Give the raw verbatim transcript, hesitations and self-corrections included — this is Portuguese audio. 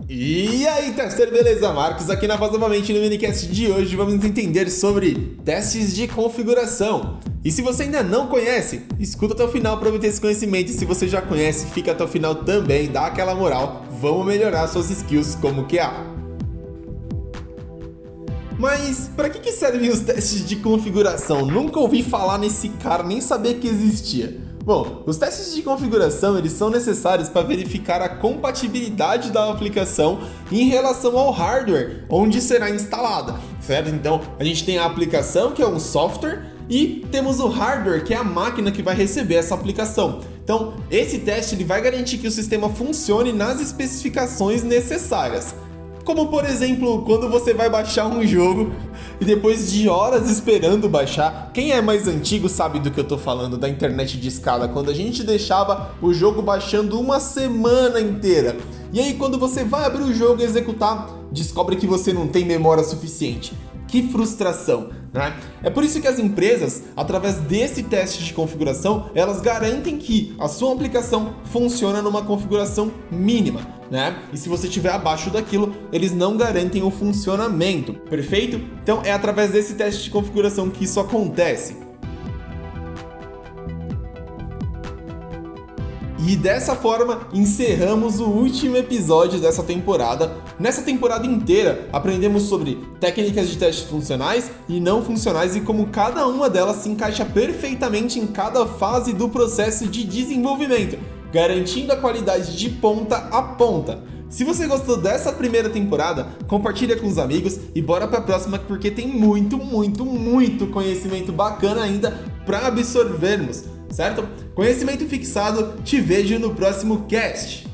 E aí, tester, beleza? Marcos aqui na voz novamente no minicast de hoje. Vamos entender sobre testes de configuração. E se você ainda não conhece, escuta até o final para obter esse conhecimento. E se você já conhece, fica até o final também, dá aquela moral. Vamos melhorar suas skills como Q A. Mas para que, que servem os testes de configuração? Nunca ouvi falar nesse cara, nem sabia que existia. Bom, os testes de configuração eles são necessários para verificar a compatibilidade da aplicação em relação ao hardware onde será instalada, certo? Então, a gente tem a aplicação, que é um software, e temos o hardware, que é a máquina que vai receber essa aplicação. Então, esse teste ele vai garantir que o sistema funcione nas especificações necessárias. Como, por exemplo, quando você vai baixar um jogo e depois de horas esperando baixar, quem é mais antigo sabe do que eu tô falando, da internet de escada, quando a gente deixava o jogo baixando uma semana inteira. E aí quando você vai abrir o jogo e executar, descobre que você não tem memória suficiente. Que frustração, né? É por isso que as empresas, através desse teste de configuração, elas garantem que a sua aplicação funciona numa configuração mínima, né? E se você estiver abaixo daquilo, eles não garantem o funcionamento, perfeito? Então é através desse teste de configuração que isso acontece. E dessa forma, encerramos o último episódio dessa temporada. Nessa temporada inteira, aprendemos sobre técnicas de testes funcionais e não funcionais e como cada uma delas se encaixa perfeitamente em cada fase do processo de desenvolvimento, garantindo a qualidade de ponta a ponta. Se você gostou dessa primeira temporada, compartilha com os amigos e bora pra próxima porque tem muito, muito, muito conhecimento bacana ainda para absorvermos, certo? Conhecimento fixado, te vejo no próximo cast!